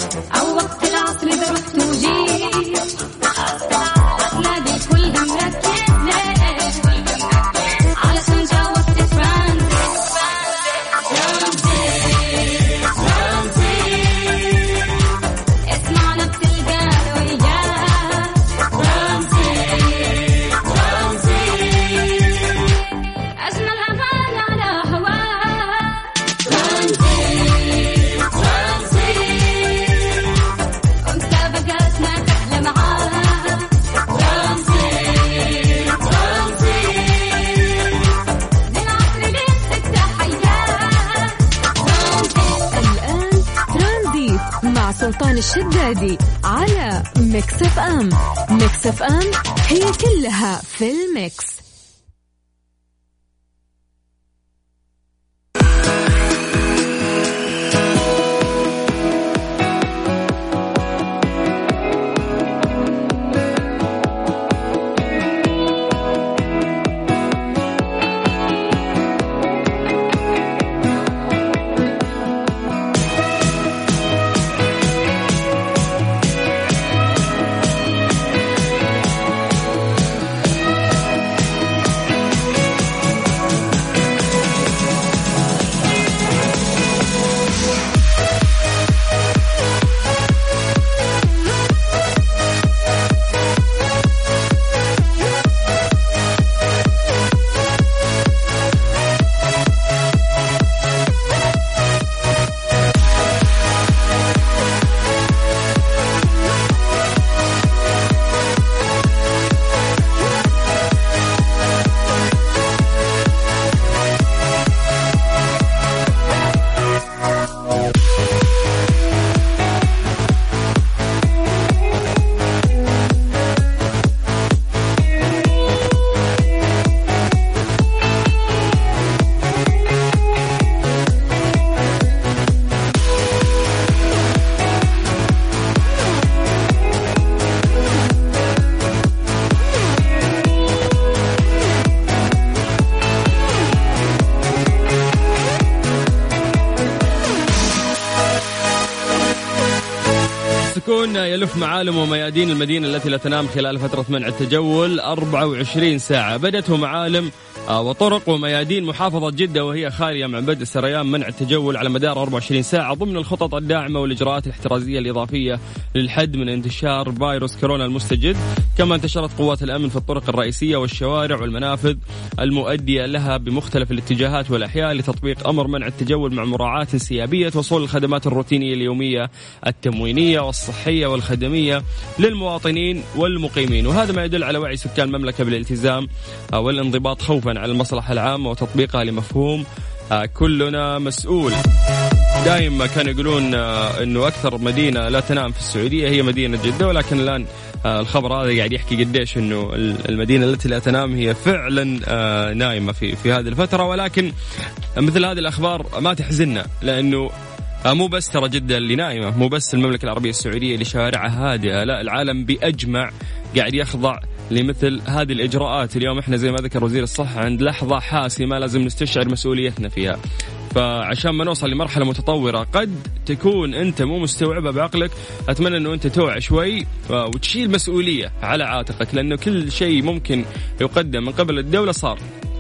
عوضت العصر إذا رحت وجيت أحلامي كلها مركزة علشان جاوزت ترانزيت اسمعنا بتلقانا وياك أجمل أمان على هواك ومسابقاتنا تحلى معاك للعصر بيتك تحياك. الآن ترانزيت مع سلطان الشدادي على ميكس اف ام. ميكس اف ام هي كلها في الميكس. يلف معالم وميادين المدينة التي لا تنام خلال فترة منع التجول 24 ساعة. بدته معالم وطرق وميادين محافظة جدة وهي خالية مع بدء سريان منع التجول على مدار 24 ساعة ضمن الخطط الداعمة والإجراءات الاحترازية الإضافية للحد من انتشار فيروس كورونا المستجد. كما انتشرت قوات الأمن في الطرق الرئيسية والشوارع والمنافذ المؤدية لها بمختلف الاتجاهات والأحياء لتطبيق أمر منع التجول مع مراعاة انسيابية وصول الخدمات الروتينية اليومية التموينية والصحية والخدمية للمواطنين والمقيمين. وهذا ما يدل على وعي سكان المملكة بالالتزام والانضباط خوفا على المصلحة العامة وتطبيقها لمفهوم كلنا مسؤول. دائما كانوا يقولون أنه أكثر مدينة لا تنام في السعودية هي مدينة جدة، ولكن الآن الخبر هذا قاعد يحكي قديش أنه المدينة التي لا تنام هي فعلا نائمة في هذه الفترة. ولكن مثل هذه الأخبار ما تحزننا، لأنه مو بس ترى جدة اللي نائمة، مو بس المملكة العربية السعودية اللي شوارعها هادئة، لا العالم بأجمع قاعد يخضع لمثل هذه الإجراءات. اليوم إحنا زي ما ذكر وزير الصحة عند لحظة حاسمة لازم نستشعر مسؤوليتنا فيها. فعشان ما نوصل لمرحلة متطورة قد تكون أنت مو مستوعبة بعقلك، أتمنى أنه أنت توعى شوي وتشيل مسؤولية على عاتقك، لأنه كل شيء ممكن يقدم من قبل الدولة صار،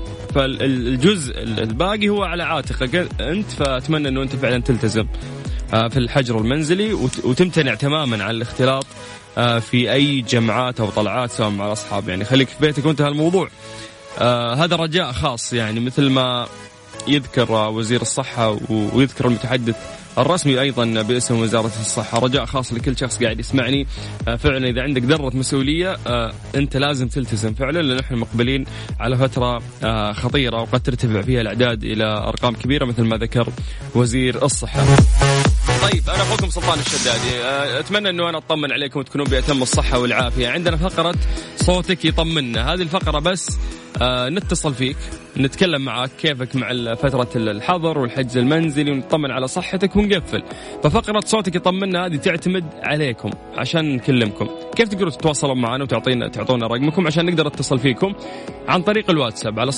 فالجزء الباقي هو على عاتقك أنت. فأتمنى أنه أنت فعلا تلتزم في الحجر المنزلي وتمتنع تماما عن الاختلاط في أي جمعات أو طلعات سواء مع الأصحاب. يعني خليك في بيتك وانتهى الموضوع. هذا رجاء خاص، يعني مثل ما يذكر وزير الصحة ويذكر المتحدث الرسمي أيضا باسم وزارة الصحة، رجاء خاص لكل شخص قاعد يسمعني. فعلا إذا عندك ذرة مسؤولية أنت لازم تلتزم فعلا، لأن نحن مقبلين على فترة خطيرة وقد ترتفع فيها الأعداد إلى أرقام كبيرة مثل ما ذكر وزير الصحة. طيب أنا أخوكم سلطان الشدادي، أتمنى أنه أنا أطمن عليكم وتكونون بأتم الصحة والعافية. عندنا فقرة صوتك يطمنا، هذه الفقرة بس نتصل فيك، نتكلم معك كيفك مع فترة الحظر والحجز المنزلي، ونطمن على صحتك ونقفل. ففقرة صوتك يطمنا هذه تعتمد عليكم عشان نكلمكم. كيف تقدروا تتواصلوا معنا تعطونا رقمكم عشان نقدر نتصل فيكم؟ عن طريق الواتساب على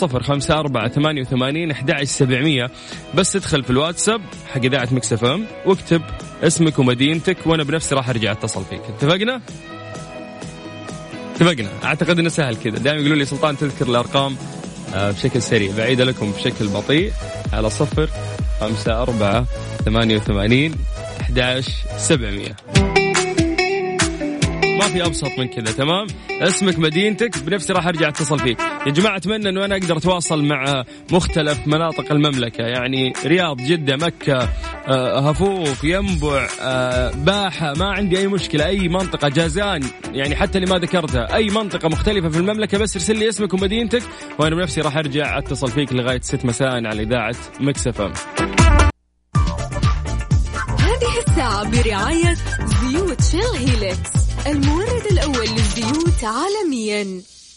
0548811700. بس ادخل في الواتساب حق إذاعة ميكس اف ام واكتب اسمك ومدينتك، وأنا بنفسي راح أرجع أتصل فيك. اتفقنا؟ أعتقد أنه سهل كذا. دائما يقولوا لي سلطان تذكر الأرقام بشكل سريع، بعيدة لكم بشكل بطيء على 0548811700. ما في أبسط من كذا. تمام، اسمك مدينتك، بنفسي راح أرجع أتصل فيك. يا جماعة أتمنى أنه أنا أقدر أتواصل مع مختلف مناطق المملكة، يعني رياض، جدة، مكة، هفوف، ينبع، باحة، ما عندي أي مشكلة. أي منطقة، جازان، يعني حتى اللي ما ذكرتها، أي منطقة مختلفة في المملكة، بس ارسل لي اسمك ومدينتك وأنا بنفسي راح أرجع أتصل فيك لغاية 6 مساء على إذاعة ميكس اف ام. هذه الساعة برعاية زيوت شيل هيلكس، المورد الأول للزيوت عالميا.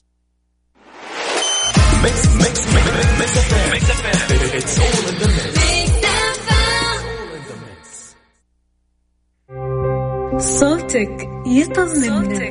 صوتك يطمنا.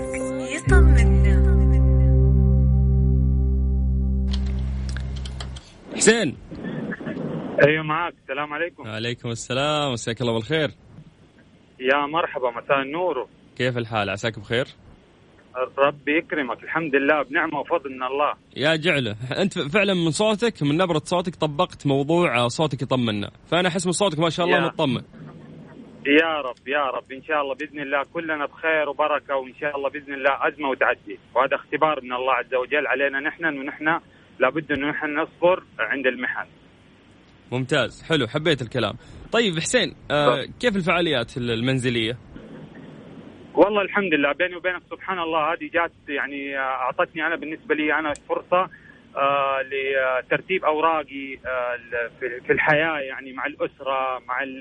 حسين. ايوه معك. السلام عليكم. وعليكم السلام، مساك الله بالخير. يا مرحبا، مساء النور. كيف الحال؟ عساك بخير؟ ربي يكرمك، الحمد لله بنعمة وفضل من الله. يا جعله، أنت فعلا من صوتك، من نبرة صوتك طبقت موضوع صوتك يطمنا، فأنا أحس من صوتك ما شاء الله مطمن. يا رب يا رب، إن شاء الله بإذن الله كلنا بخير وبركة، وإن شاء الله بإذن الله أزمة وتعدي، وهذا اختبار من الله عز وجل علينا نحن، ونحن لابد أنه نحن نصبر عند المحن. ممتاز، حلو، حبيت الكلام. طيب حسين، كيف الفعاليات المنزلية؟ والله الحمد لله، بيني وبينك سبحان الله هذه جات يعني أعطتني أنا بالنسبة لي أنا فرصة لترتيب أوراقي في الحياة، يعني مع الأسرة،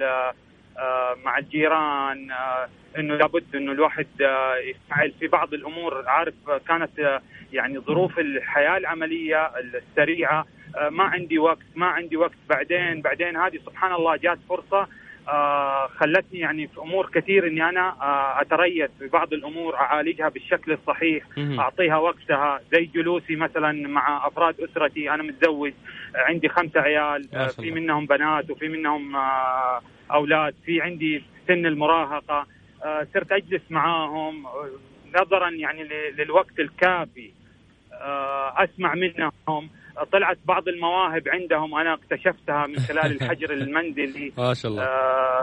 مع الجيران، إنه لابد إنه الواحد يفعل في بعض الأمور. عارف كانت يعني ظروف الحياة العملية السريعة، ما عندي وقت. بعدين هذه سبحان الله جات فرصة خلتني يعني في أمور كثير إني أنا أتريث في بعض الأمور، أعالجها بالشكل الصحيح، أعطيها وقتها، زي جلوسي مثلا مع أفراد أسرتي. أنا متزوج، عندي 5 عيال، في منهم بنات وفي منهم أولاد، في عندي سن المراهقة. صرت أجلس معاهم نظرا يعني للوقت الكافي، أسمع منهم. طلعت بعض المواهب عندهم أنا اكتشفتها من خلال الحجر المنزلي. ما شاء الله،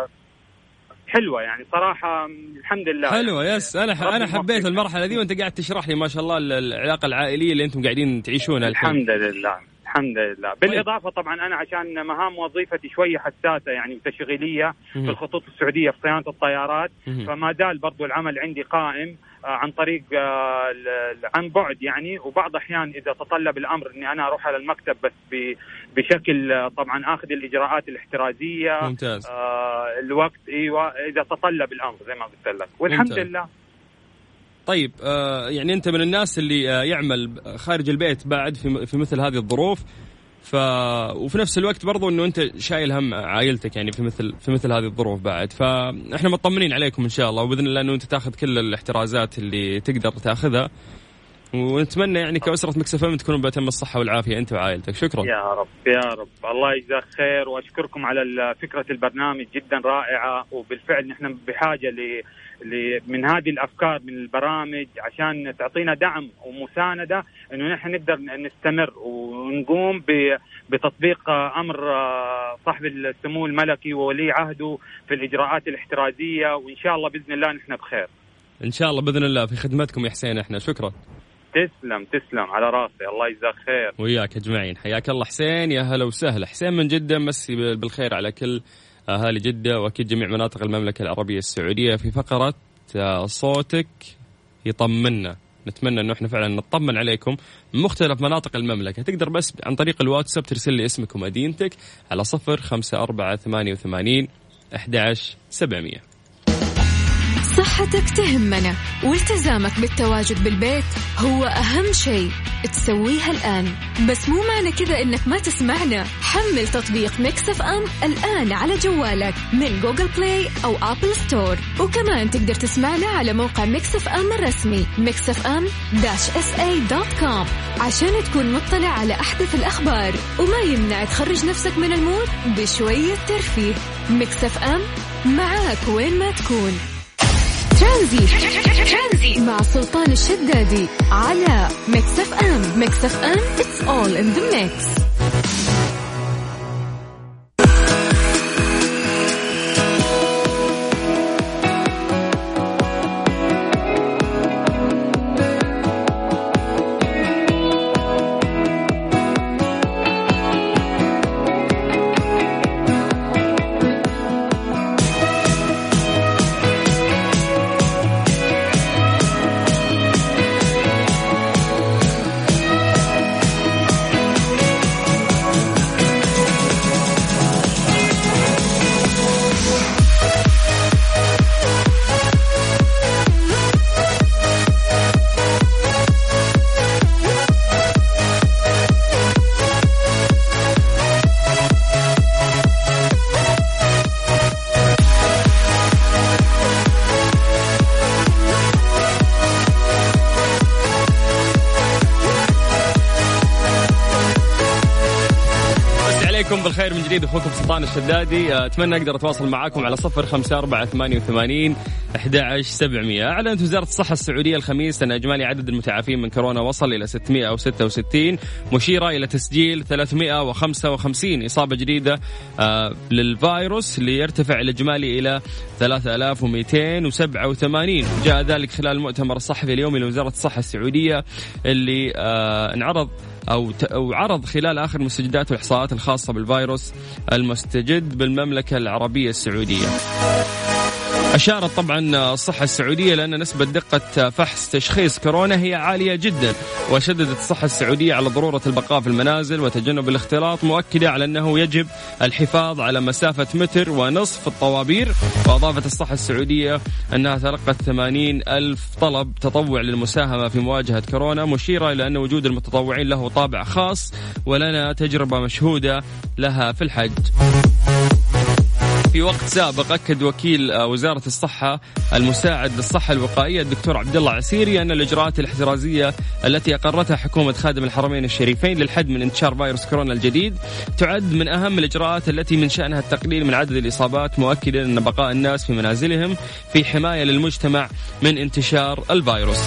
حلوة يعني صراحة، الحمد لله. حلوة، يس. أنا حبيت المرحلة دي، وأنت قاعد تشرح لي ما شاء الله العلاقة العائلية اللي أنتم قاعدين تعيشونها الحين. الحمد لله. بالإضافة طبعا أنا عشان مهام وظيفتي شوية حساسة يعني وتشغيلية في الخطوط السعودية في صيانة الطيارات، فما زال برضو العمل عندي قائم عن طريق عن بعد يعني، وبعض أحيان إذا تطلب الأمر إني أنا أروح على المكتب، بس بشكل طبعا أخذ الإجراءات الاحترازية. ممتاز. الوقت أيوة إذا تطلب الأمر زي ما قلت لك، والحمد لله. طيب يعني أنت من الناس اللي يعمل خارج البيت بعد في مثل هذه الظروف، وفي نفس الوقت برضو إنه أنت شايل هم عائلتك يعني في مثل هذه الظروف بعد، فإحنا مطمنين عليكم إن شاء الله، وبإذن الله إنه أنت تأخذ كل الاحترازات اللي تقدر تأخذها، ونتمنى يعني كأسرة ميكس اف ام تكونوا بأتم الصحة والعافية أنت وعائلتك. شكرا. يا رب الله يجزاك خير، وأشكركم على فكرة البرنامج جدا رائعة، وبالفعل نحن بحاجة من هذه الأفكار من البرامج عشان تعطينا دعم ومساندة إنه نحن نقدر نستمر ونقوم بتطبيق أمر صاحب السمو الملكي وولي عهده في الإجراءات الاحترازية، وإن شاء الله بإذن الله نحن بخير. إن شاء الله بإذن الله، في خدمتكم يا حسين. إحنا شكرا. تسلم على راسي، الله يجزاك خير. وياك أجمعين، حياك الله حسين. يا هلا وسهلا حسين من جدة، مسي بالخير على كل أهالي جدة وأكيد جميع مناطق المملكة العربية السعودية في فقرة صوتك يطمنا. نتمنى أنه إحنا فعلا نطمن عليكم من مختلف مناطق المملكة. تقدر بس عن طريق الواتساب ترسل لي اسمك ومدينتك على 0548811700. صحتك تهمنا والتزامك بالتواجد بالبيت هو أهم شيء تسويها الآن. بس مو معنى كذا إنك ما تسمعنا. حمل تطبيق ميكس اف ام الآن على جوالك من جوجل بلاي أو أبل ستور. وكمان تقدر تسمعنا على موقع ميكس اف ام الرسمي mixfm-sa.com عشان تكون مطلع على أحدث الأخبار، وما يمنع تخرج نفسك من المود بشوية ترفيه. ميكس اف ام معاك وين ما تكون. ترانزيت مع سلطان الشدادي على ميكس اف ام. ميكس اف ام it's all in the mix. بالخير من جديد، أخوكم سلطان الشدادي. أتمنى أقدر أتواصل معاكم على 0548811700. أعلنت وزارة الصحة السعودية الخميس أن إجمالي عدد المتعافين من كورونا وصل إلى 666، مشيرة إلى تسجيل 355 إصابة جديدة للفيروس ليرتفع الإجمالي إلى 3287. جاء ذلك خلال المؤتمر الصحفي اليومي لوزارة الصحة السعودية اللي انعرض أو عرض خلال آخر مستجدات والإحصاءات الخاصة بالفيروس المستجد بالمملكة العربية السعودية. أشارت طبعا الصحة السعودية لأن نسبة دقة فحص تشخيص كورونا هي عالية جدا، وشددت الصحة السعودية على ضرورة البقاء في المنازل وتجنب الاختلاط، مؤكدة على أنه يجب الحفاظ على مسافة 1.5 متر في الطوابير. وأضافت الصحة السعودية أنها تلقت 80,000 طلب تطوع للمساهمة في مواجهة كورونا، مشيرة إلى أن وجود المتطوعين له طابع خاص ولنا تجربة مشهودة لها في الحج. في وقت سابق أكد وكيل وزارة الصحة المساعد للصحة الوقائية الدكتور عبد الله عسيري أن الإجراءات الاحترازية التي أقرتها حكومة خادم الحرمين الشريفين للحد من انتشار فيروس كورونا الجديد تعد من أهم الإجراءات التي من شأنها التقليل من عدد الإصابات، مؤكدا أن بقاء الناس في منازلهم في حماية للمجتمع من انتشار الفيروس.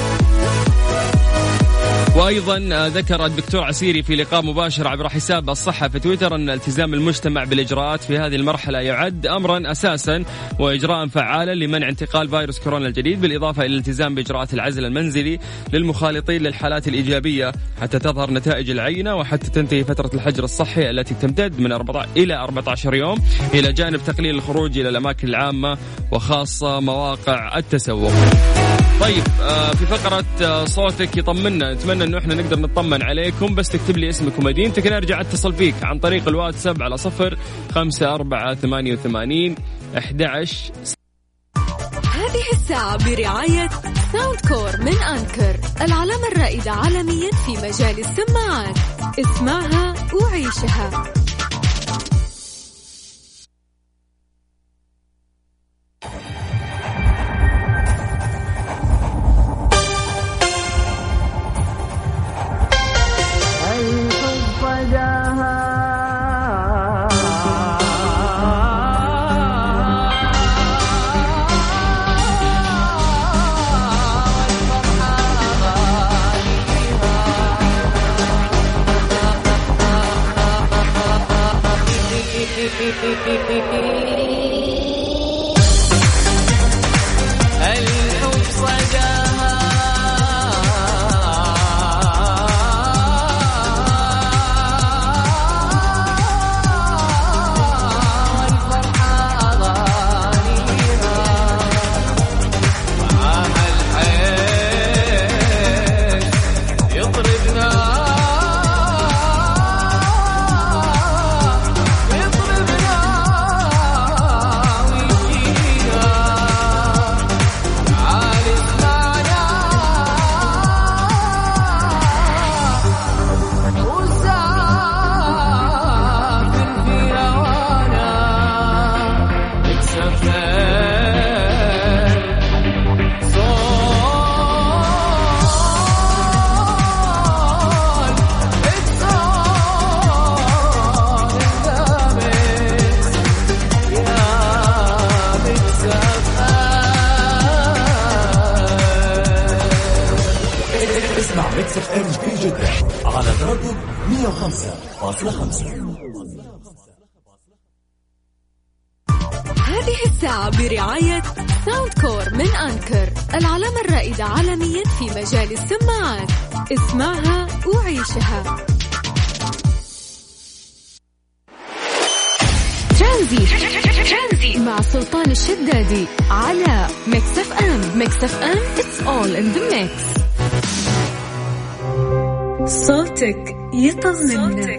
وأيضا ذكر الدكتور عسيري في لقاء مباشر عبر حساب الصحة في تويتر أن التزام المجتمع بالإجراءات في هذه المرحلة يعد أمرا أساسا وإجراء فعالا لمنع انتقال فيروس كورونا الجديد، بالإضافة إلى الالتزام بإجراءات العزل المنزلي للمخالطين للحالات الإيجابية حتى تظهر نتائج العينة وحتى تنتهي فترة الحجر الصحي التي تمتد من 4 إلى 14 يوم، إلى جانب تقليل الخروج إلى الأماكن العامة وخاصة مواقع التسوق. طيب في فقرة صوتك يطمنا، نتمنى أنه إحنا نقدر نطمن عليكم، بس تكتب لي اسمك ومدينتك نرجع اتصل فيك عن طريق الواتساب على 05488111. هذه الساعة برعاية ساوند كور من أنكر، العلامة الرائدة عالميا في مجال السماعات. اسمعها وعيشها. ميكس اف ام في جدة على تردد 105.5. هذه الساعة برعاية ساوند كور من أنكر، العلامة الرائدة عالميا في مجال السماعات. اسمعها وعيشها. ترانزيت مع سلطان الشدادي على ميكس اف ام. ميكس اف ام it's all in the mix. صوتك يطمننا.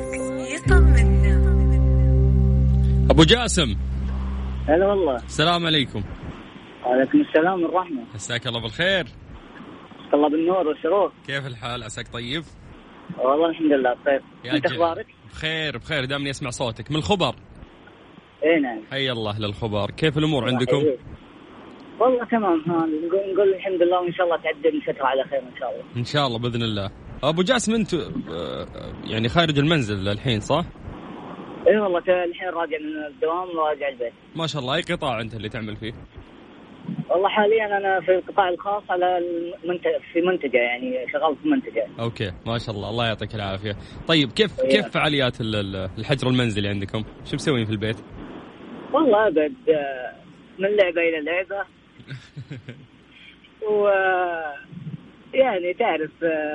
أبو جاسم، هلا والله. السلام عليكم. وعليكم السلام والرحمة. مساك الله بالخير. مساك الله بالنور والسرور. كيف الحال؟ عساك طيب؟ والله الحمد لله بخير. انت اخبارك؟ بخير دامني اسمع صوتك من الخبر. اي نعم. حي الله للخبر. كيف الامور عندكم؟ والله تمام. نقول الحمد لله وان شاء الله تعدي الفترة على خير ان شاء الله. ان شاء الله باذن الله. ابو جاسم انت يعني خارج المنزل الحين صح؟ اي والله الحين راجع من الدوام وراجع البيت. ما شاء الله. اي قطاع انت اللي تعمل فيه؟ والله حاليا انا في القطاع الخاص على في منتجة، يعني شغال في منتجة. اوكي ما شاء الله، الله يعطيك العافية. طيب كيف فعاليات الحجر المنزلي عندكم؟ شو مسوين في البيت؟ والله ابد من لعبة الى لعبة و يعني تعرف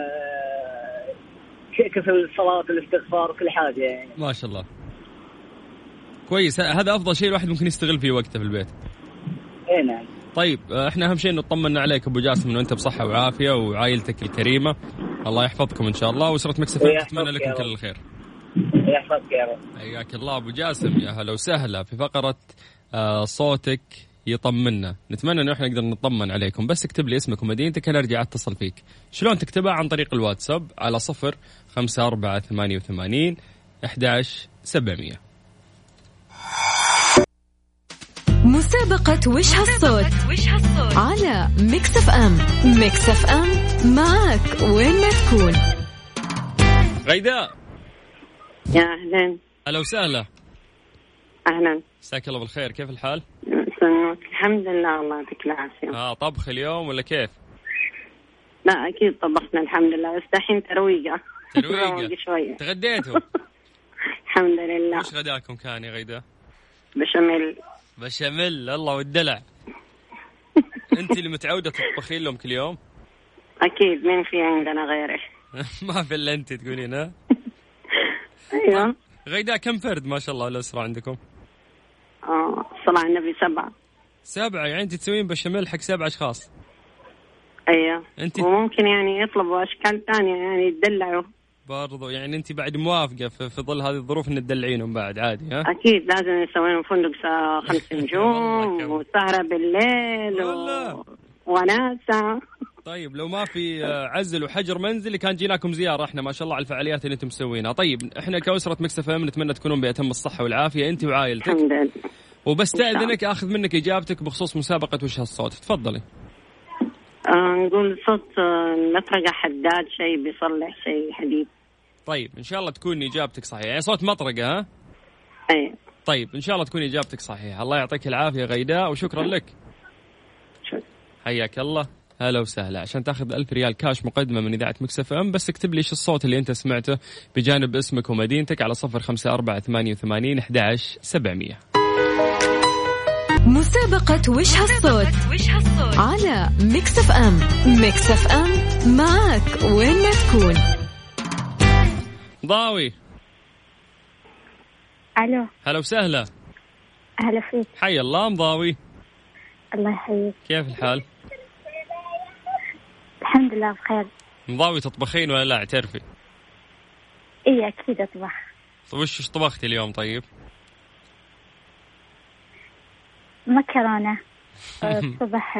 كيف الصلاة والاستغفار وكل حاجة يعني. ما شاء الله كويس. هذا أفضل شيء الواحد ممكن يستغل فيه وقته في البيت. إيه نعم. طيب إحنا أهم شيء نطمن عليك أبو جاسم إنه أنت بصحة وعافية وعائلتك الكريمة. الله يحفظكم إن شاء الله، وأسرة ميكس اف ام أتمنى لكم كل الخير. يحفظك يا رب. حياك الله أبو جاسم. يا هلا وسهلا في فقرة صوتك يطمنا. نتمنى انه احنا نقدر نطمن عليكم. بس اكتب لي اسمك ومدينتك انا ارجع اتصل فيك. شلون تكتبها؟ عن طريق الواتساب على 0548811700. مسابقة وش هالصوت على ميكس اف ام. ميكس اف ام معك وين ما تكون. غيداء، يا أهلا. هلا وسهلا. أهلا. مساك الله بالخير. كيف الحال؟ الحمد لله الله يعطيك العافية. طبخ اليوم ولا كيف؟ لا أكيد طبخنا الحمد لله، بس دحين ترويقة شوية. تغديتوا؟ الحمد لله. وش غداكم كان يا غيداء؟ بشاميل. الله والدلع. أنت اللي متعودة تطبخين لهم كل يوم؟ أكيد، مين في عندنا غيره؟ ما في إلا أنت تقولين ها؟ أيوة. غيداء كم فرد ما شاء الله الأسرة عندكم؟ صلاة النبي 7. يعني أنت تسوين بشاميل حق 7 أشخاص؟ أيوة. أنت وممكن يعني يطلبوا أشكال تانية يعني يتدلعوا برضو. يعني أنت بعد موافقة في ظل هذه الظروف إن تدلعينهم بعد عادي ها؟ أكيد لازم يسوين فندق 5 نجوم وسهرة بالليل وناسة. طيب لو ما في عزل وحجر منزلي كان جيناكم زيارة احنا ما شاء الله على الفعاليات اللي انتم مسوينها. طيب احنا كأسرة ميكس اف ام نتمنى تكونون بأتم الصحة والعافية انت وعائلتك. الحمد لله. وبستأذنك اخذ منك اجابتك بخصوص مسابقة وش هالصوت. تفضلي. نقول صوت مطرقة حداد، شيء بيصلح شيء حديد. طيب ان شاء الله تكون اجابتك صحيحة. يعني صوت مطرقة ها؟ اي. طيب ان شاء الله تكون اجابتك صحيحة. الله يعطيك العافية غيداء وشكرا لك. شكرا. حياك الله. هلا وسهلا. عشان تاخذ 1000 ريال كاش مقدمة من إذاعة ميكس اف ام بس اكتب لي ايش الصوت اللي انت سمعته بجانب اسمك ومدينتك على 0548811700. مسابقة وش هالصوت على ميكس اف ام. ميكس اف ام معك وين ما تكون. ضاوي. الو. هلا وسهلا. هلا فيك. حي الله مضاوي. الله يحييك. كيف الحال؟ الحمد لله بخير. مضاوي تطبخين ولا لا اعترفي؟ ايه اكيد اطبخ. طيب وش طبختي اليوم طيب؟ مكرونة الصبح.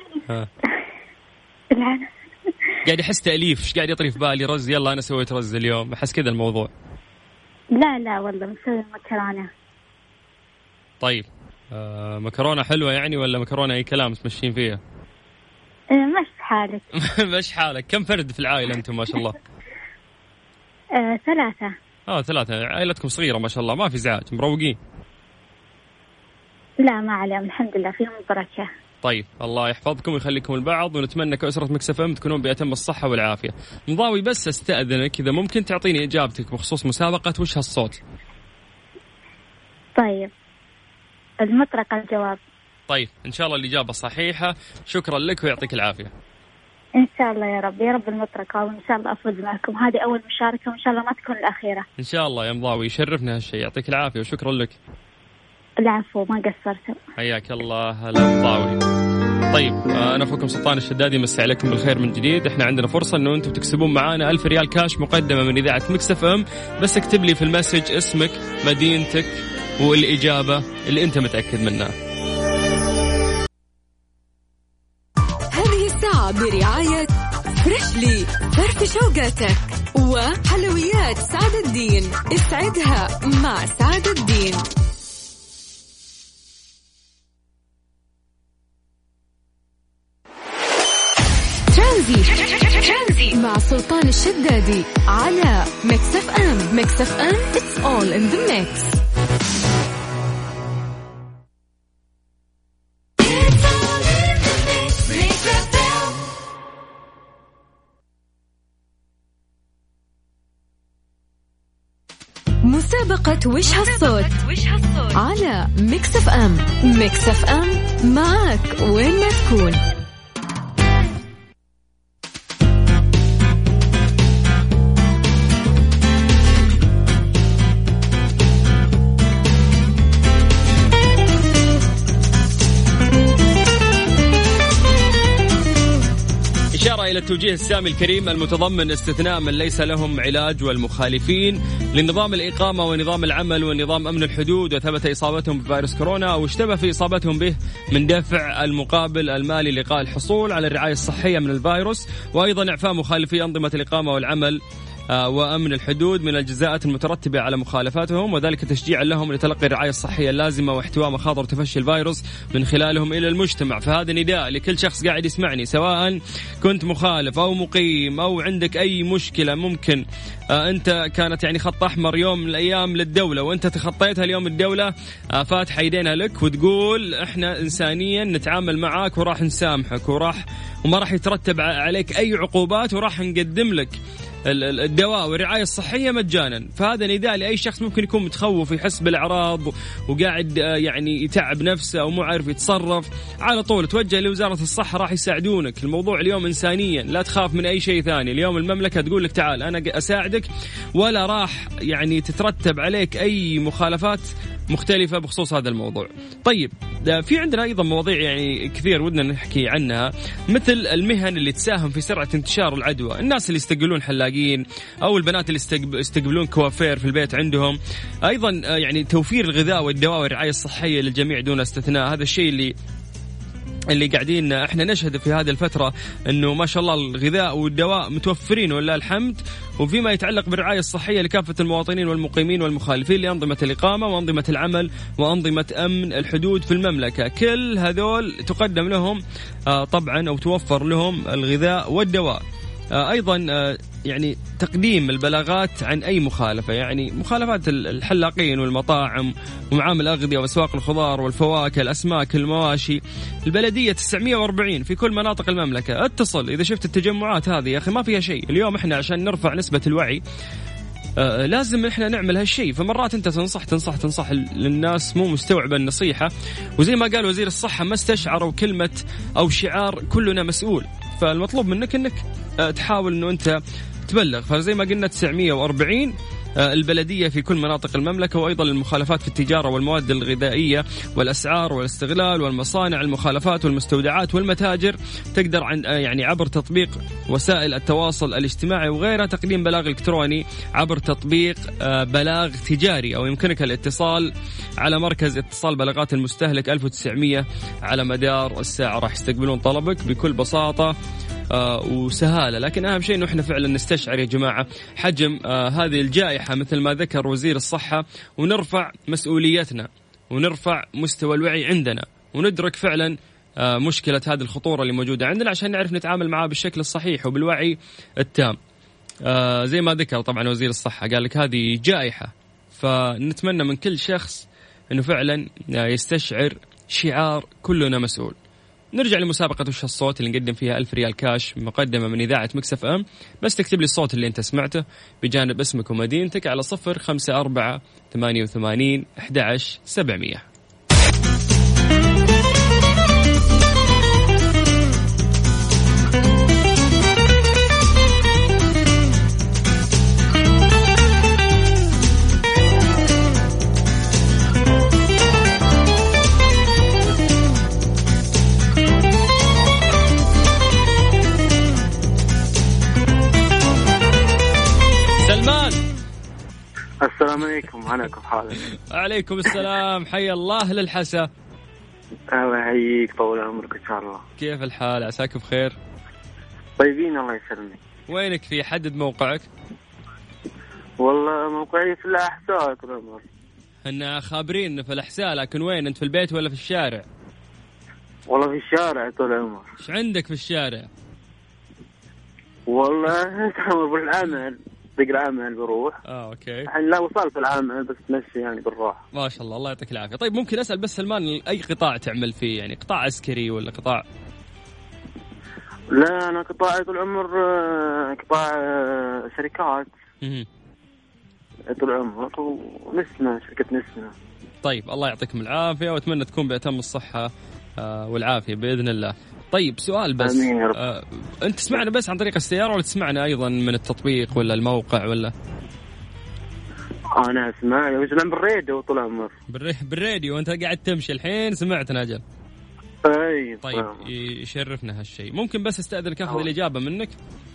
قاعد احس تأليف. ايش قاعد يطري في بالي؟ رز. يلا انا سويت رز اليوم. احس كذا الموضوع. لا والله مسوي مكرونة. طيب مكرونة حلوة يعني ولا مكرونة اي كلام تمشين فيها؟ مش حالك. مش حالك. كم فرد في العائلة انتم ما شاء الله؟ 3. 3. عائلتكم صغيرة ما شاء الله. ما في ازعاج. مروقين؟ لا ما عليهم الحمد لله فيهم بركة. طيب الله يحفظكم ويخليكم البعض، ونتمنى كأسرة مكس اف ام تكونون بأتم الصحة والعافية. مضاوي بس استأذنك إذا ممكن تعطيني إجابتك بخصوص مسابقة وش هالصوت. طيب المطرقة الجواب. طيب إن شاء الله الإجابة صحيحة، شكرا لك ويعطيك العافية. إن شاء الله يا رب، يا رب المطرقة، وإن شاء الله أفوز معكم. هذه أول مشاركة وإن شاء الله ما تكون الأخيرة. إن شاء الله يا مضاوي، يشرفنا هالشيء. يعطيك العافية وشكرا لك. العفو، ما قصرتوا. حياك الله. هلا مضاوي. طيب أنا أخوكم سلطان الشدادي، مسي عليكم بالخير من جديد. إحنا عندنا فرصة إنه أنتم تكسبون معانا 1000 ريال كاش مقدمة من إذاعة مكس اف ام، بس اكتب لي في المسج اسمك، مدينتك، والإجابة اللي أنت متأكد منها. هذه الساعة برعاية فريشلي، فرف شوقاتك، وحلويات سعد الدين، اسعدها مع سعد الدين. ترانزي مع سلطان الشدادي على ميكس اف ام. ميكس اف ام it's all in the mix. مسابقة وش هالصوت على ميكس اف ام. ميكس اف ام معك وين ما تكون. إلى التوجيه السامي الكريم المتضمن استثناء من ليس لهم علاج والمخالفين لنظام الإقامة ونظام العمل ونظام أمن الحدود، وثبت إصابتهم بفيروس كورونا أو اشتبه في إصابتهم به، من دفع المقابل المالي لقاء الحصول على الرعاية الصحية من الفيروس، وأيضا إعفاء مخالفي أنظمة الإقامة والعمل وأمن الحدود من الجزاءات المترتبة على مخالفاتهم، وذلك تشجيعا لهم لتلقي الرعاية الصحية اللازمة واحتواء مخاطر تفشي الفيروس من خلالهم إلى المجتمع. فهذا نداء لكل شخص قاعد يسمعني، سواء كنت مخالف أو مقيم أو عندك أي مشكلة ممكن أنت كانت يعني خط أحمر يوم من الأيام للدولة وأنت تخطيتها اليوم، الدولة فاتحة يدينها لك وتقول إحنا إنسانيا نتعامل معك وراح نسامحك وما راح يترتب عليك أي عقوبات، وراح نقدم لك الدواء والرعاية الصحية مجانا. فهذا نداء لأي شخص ممكن يكون متخوف يحس بالأعراض وقاعد يعني يتعب نفسه أو مو عارف يتصرف، على طول توجه لوزارة الصحة، راح يساعدونك. الموضوع اليوم إنسانيا، لا تخاف من أي شيء ثاني. اليوم المملكة تقول لك تعال أنا أساعدك، ولا راح يعني تترتب عليك أي مخالفات مختلفة بخصوص هذا الموضوع. طيب في عندنا أيضا مواضيع يعني كثير ودنا نحكي عنها، مثل المهن اللي تساهم في سرعة انتشار العدوى، الناس اللي يستقبلون حلاقين أو البنات اللي يستقبلون كوافير في البيت عندهم، أيضا يعني توفير الغذاء والدواء والرعاية الصحية للجميع دون استثناء. هذا الشيء اللي قاعدين احنا نشهد في هذه الفترة، انه ما شاء الله الغذاء والدواء متوفرين ولله الحمد. وفيما يتعلق بالرعاية الصحية لكافة المواطنين والمقيمين والمخالفين لأنظمة الإقامة وأنظمة العمل وأنظمة أمن الحدود في المملكة، كل هذول تقدم لهم طبعا أو توفر لهم الغذاء والدواء. أيضا يعني تقديم البلاغات عن أي مخالفة، يعني مخالفات الحلاقين والمطاعم ومعامل الأغذية وأسواق الخضار والفواكه الأسماك المواشي، البلدية 940 في كل مناطق المملكة. اتصل إذا شفت التجمعات هذه، يا أخي ما فيها شيء. اليوم إحنا عشان نرفع نسبة الوعي لازم إحنا نعمل هالشيء. فمرات أنت تنصح للناس مو مستوعبة النصيحة، وزي ما قال وزير الصحة ما استشعروا كلمة أو شعار كلنا مسؤول. فالمطلوب منك أنك تحاول أنه أنت تبلغ. فزي ما قلنا 940 البلدية في كل مناطق المملكة، وأيضا المخالفات في التجارة والمواد الغذائية والأسعار والاستغلال والمصانع، المخالفات والمستودعات والمتاجر. تقدر يعني عبر تطبيق وسائل التواصل الاجتماعي وغيرها تقديم بلاغ إلكتروني عبر تطبيق بلاغ تجاري، أو يمكنك الاتصال على مركز اتصال بلاغات المستهلك 1900 على مدار الساعة. راح يستقبلون طلبك بكل بساطة وسهالة. لكن أهم شيء إنه إحنا فعلا نستشعر يا جماعة حجم هذه الجائحة مثل ما ذكر وزير الصحة، ونرفع مسؤوليتنا ونرفع مستوى الوعي عندنا، وندرك فعلا مشكلة هذه الخطورة اللي موجودة عندنا عشان نعرف نتعامل معها بالشكل الصحيح وبالوعي التام. زي ما ذكر طبعا وزير الصحة قال لك هذه جائحة، فنتمنى من كل شخص إنه فعلا يستشعر شعار كلنا مسؤول. نرجع لمسابقة وش الصوت اللي نقدم فيها 1000 ريال كاش مقدمة من إذاعة ميكس اف ام. بس تكتب لي الصوت اللي أنت سمعته بجانب اسمك ومدينتك على 0548811700. السلام عليكم، أنا كيف حالك؟ عليكم السلام، حي الله أهل الحسا. الله يحييك، طول عمرك إن شاء الله. كيف الحال؟ عساك بخير؟ طيبين الله يسلمك. وينك؟ في حدد موقعك؟ والله موقعي في الأحساء طول عمرك. إحنا خابرين في الأحساء، لكن وين أنت؟ في البيت ولا في الشارع؟ والله في الشارع طول عمرك. إيش عندك في الشارع؟ والله بروح العمل، دق العمل بروح. اوكي. الحين لا وصلت العمل بس مشي يعني بالراحه. ما شاء الله، الله يعطيك العافيه. طيب ممكن اسال بس سلمان، اي قطاع تعمل فيه؟ يعني قطاع عسكري ولا قطاع؟ لا انا قطاعي طول العمر قطاع شركات. طول عمرك ونسمة، شركه نسمة. طيب الله يعطيكم العافيه واتمنى تكون بأتم الصحه والعافيه باذن الله. طيب سؤال بس، أنت تسمعنا بس عن طريق السيارة ولا تسمعنا أيضا من التطبيق ولا الموقع ولا؟ أنا أسمع بالراديو طول عمر. بالراديو وأنت قاعد تمشي الحين سمعتنا أجل. أي طيب يشرفنا هالشيء. ممكن بس استأذنك أخذ الإجابة منك؟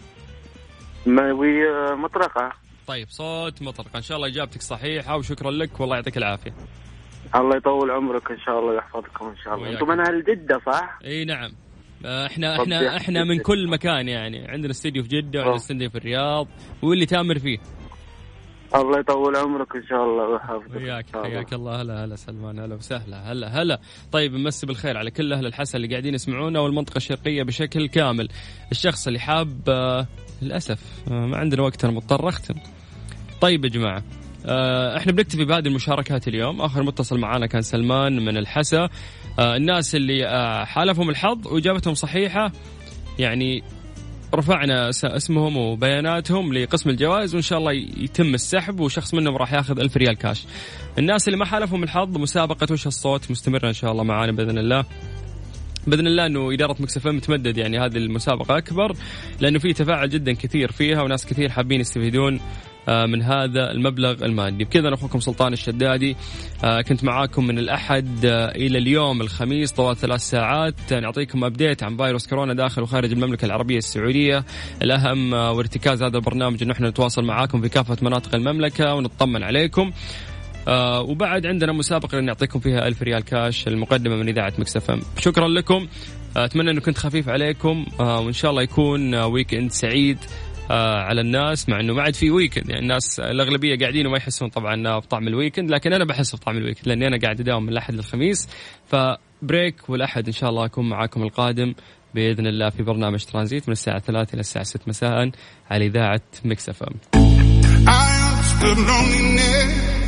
مطرقة. طيب صوت مطرقة، إن شاء الله إجابتك صحيحة وشكرا لك والله يعطيك العافية. الله يطول عمرك إن شاء الله ويحفظكم إن شاء الله. أنتم من أهل جدة صح؟ إيه نعم. احنا من كل مكان، يعني عندنا استديو في جدة وعندنا استديو في الرياض واللي تامر فيه. الله يطول عمرك ان شاء الله ويحفظك. حياك الله. هلا سلمان، هلا وسهلا. هلا. طيب نمسي بالخير على كل اهل الحسا اللي قاعدين يسمعونا والمنطقة الشرقية بشكل كامل. الشخص اللي حاب للاسف ما عندنا وقت، انا مضطر اختم. طيب يا جماعة، احنا بنكتفي بهذه المشاركات اليوم. اخر متصل معانا كان سلمان من الحسا. الناس اللي حالفهم الحظ واجابتهم صحيحة يعني رفعنا اسمهم وبياناتهم لقسم الجوائز، وإن شاء الله يتم السحب وشخص منهم راح ياخذ 1000 ريال كاش. الناس اللي ما حالفهم الحظ، مسابقة وش الصوت مستمرة إن شاء الله معانا بإذن الله. بإذن الله أنه إدارة ميكس اف ام تمدد يعني هذه المسابقة أكبر، لأنه في تفاعل جدا كثير فيها وناس كثير حابين يستفيدون من هذا المبلغ المادي. بكذا أنا أخوكم سلطان الشدادي، كنت معاكم من الأحد إلى اليوم الخميس طوال 3 ساعات، نعطيكم أبديت عن فيروس كورونا داخل وخارج المملكة العربية السعودية. الأهم وارتكاز هذا البرنامج أنه احنا نتواصل معاكم في كافة مناطق المملكة ونطمن عليكم. وبعد عندنا مسابقة نعطيكم فيها 1000 ريال كاش المقدمة من إذاعة ميكس اف ام. شكرا لكم، أتمنى أنه كنت خفيف عليكم، وإن شاء الله يكون ويكند سعيد على الناس، مع أنه ما عاد في ويكند. يعني الناس الأغلبية قاعدين وما يحسون طبعا بطعم الويكند، لكن أنا بحس بطعم الويكند لأني أنا قاعد أداوم من الأحد للخميس، فبريك والأحد إن شاء الله أكون معاكم القادم بإذن الله في برنامج ترانزيت من الساعة 3 إلى الساعة 6 مساء على إذاعة ميكس اف ام.